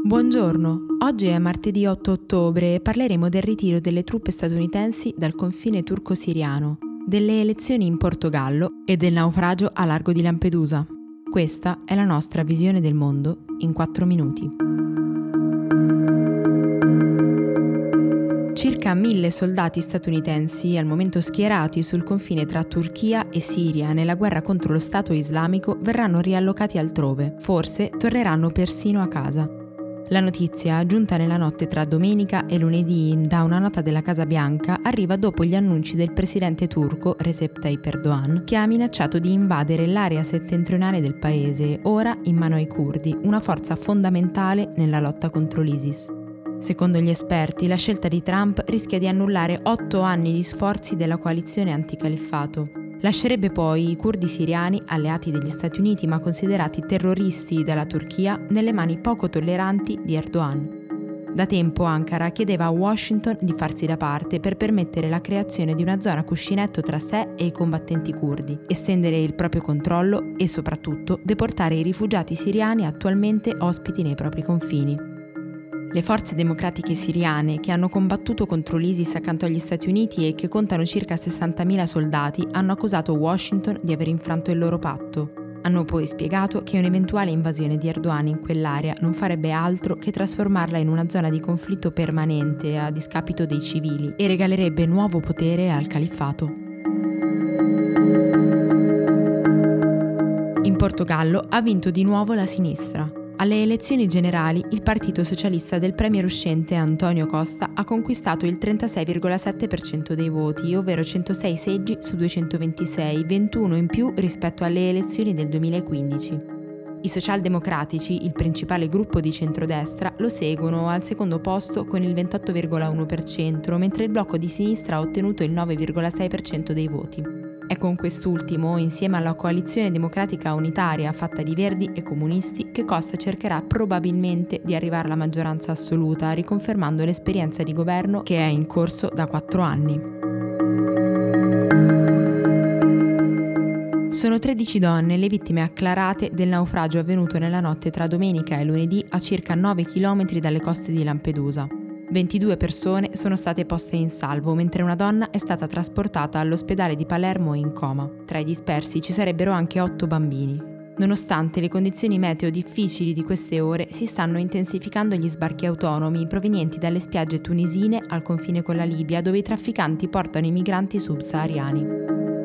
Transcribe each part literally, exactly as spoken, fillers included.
Buongiorno, oggi è martedì otto ottobre e parleremo del ritiro delle truppe statunitensi dal confine turco-siriano, delle elezioni in Portogallo e del naufragio a largo di Lampedusa. Questa è la nostra visione del mondo in quattro minuti. Circa mille soldati statunitensi al momento schierati sul confine tra Turchia e Siria nella guerra contro lo Stato islamico verranno riallocati altrove, forse torneranno persino a casa. La notizia, giunta nella notte tra domenica e lunedì da una nota della Casa Bianca, arriva dopo gli annunci del presidente turco Recep Tayyip Erdogan, che ha minacciato di invadere l'area settentrionale del paese, ora in mano ai curdi, una forza fondamentale nella lotta contro l'ISIS. Secondo gli esperti, la scelta di Trump rischia di annullare otto anni di sforzi della coalizione anticaliffato. Lascerebbe poi i curdi siriani, alleati degli Stati Uniti ma considerati terroristi dalla Turchia, nelle mani poco tolleranti di Erdogan. Da tempo Ankara chiedeva a Washington di farsi da parte per permettere la creazione di una zona cuscinetto tra sé e i combattenti curdi, estendere il proprio controllo e soprattutto deportare i rifugiati siriani attualmente ospiti nei propri confini. Le forze democratiche siriane, che hanno combattuto contro l'ISIS accanto agli Stati Uniti e che contano circa sessantamila soldati, hanno accusato Washington di aver infranto il loro patto. Hanno poi spiegato che un'eventuale invasione di Erdogan in quell'area non farebbe altro che trasformarla in una zona di conflitto permanente a discapito dei civili e regalerebbe nuovo potere al califfato. In Portogallo ha vinto di nuovo la sinistra. Alle elezioni generali il Partito Socialista del premier uscente António Costa ha conquistato il trentasei virgola sette per cento dei voti, ovvero centosei seggi su duecentoventisei, ventuno in più rispetto alle elezioni del duemilaquindici. I socialdemocratici, il principale gruppo di centrodestra, lo seguono al secondo posto con il ventotto virgola uno per cento, mentre il blocco di sinistra ha ottenuto il nove virgola sei per cento dei voti. È con quest'ultimo, insieme alla coalizione democratica unitaria fatta di verdi e comunisti, che Costa cercherà probabilmente di arrivare alla maggioranza assoluta, riconfermando l'esperienza di governo che è in corso da quattro anni. Sono tredici donne le vittime acclarate del naufragio avvenuto nella notte tra domenica e lunedì a circa nove chilometri dalle coste di Lampedusa. ventidue persone sono state poste in salvo, mentre una donna è stata trasportata all'ospedale di Palermo in coma. Tra i dispersi ci sarebbero anche otto bambini. Nonostante le condizioni meteo difficili di queste ore, si stanno intensificando gli sbarchi autonomi provenienti dalle spiagge tunisine al confine con la Libia, dove i trafficanti portano i migranti subsahariani.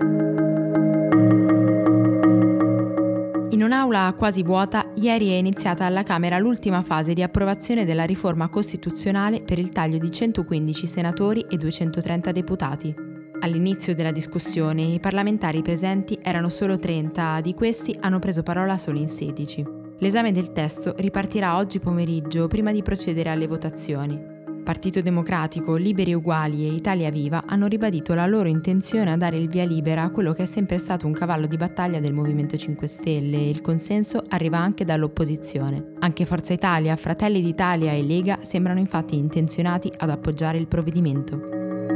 In un'aula quasi vuota, ieri è iniziata alla Camera l'ultima fase di approvazione della riforma costituzionale per il taglio di centoquindici senatori e duecentotrenta deputati. All'inizio della discussione i parlamentari presenti erano solo trenta, di questi hanno preso parola solo in sedici. L'esame del testo ripartirà oggi pomeriggio prima di procedere alle votazioni. Partito Democratico, Liberi e Uguali e Italia Viva hanno ribadito la loro intenzione a dare il via libera a quello che è sempre stato un cavallo di battaglia del Movimento cinque Stelle e il consenso arriva anche dall'opposizione. Anche Forza Italia, Fratelli d'Italia e Lega sembrano infatti intenzionati ad appoggiare il provvedimento.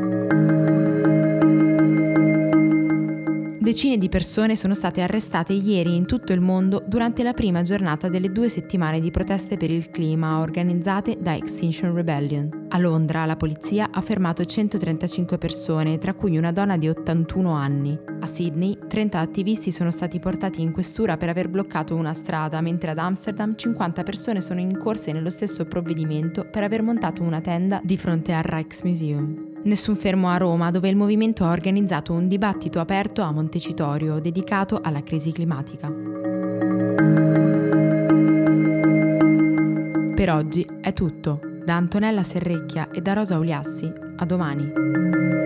Decine di persone sono state arrestate ieri in tutto il mondo durante la prima giornata delle due settimane di proteste per il clima organizzate da Extinction Rebellion. A Londra la polizia ha fermato centotrentacinque persone, tra cui una donna di ottantuno anni. A Sydney trenta attivisti sono stati portati in questura per aver bloccato una strada, mentre ad Amsterdam cinquanta persone sono incorse nello stesso provvedimento per aver montato una tenda di fronte al Rijksmuseum. Nessun fermo a Roma, dove il movimento ha organizzato un dibattito aperto a Montecitorio dedicato alla crisi climatica. Per oggi è tutto. Da Antonella Serrecchia e da Rosa Uliassi, a domani.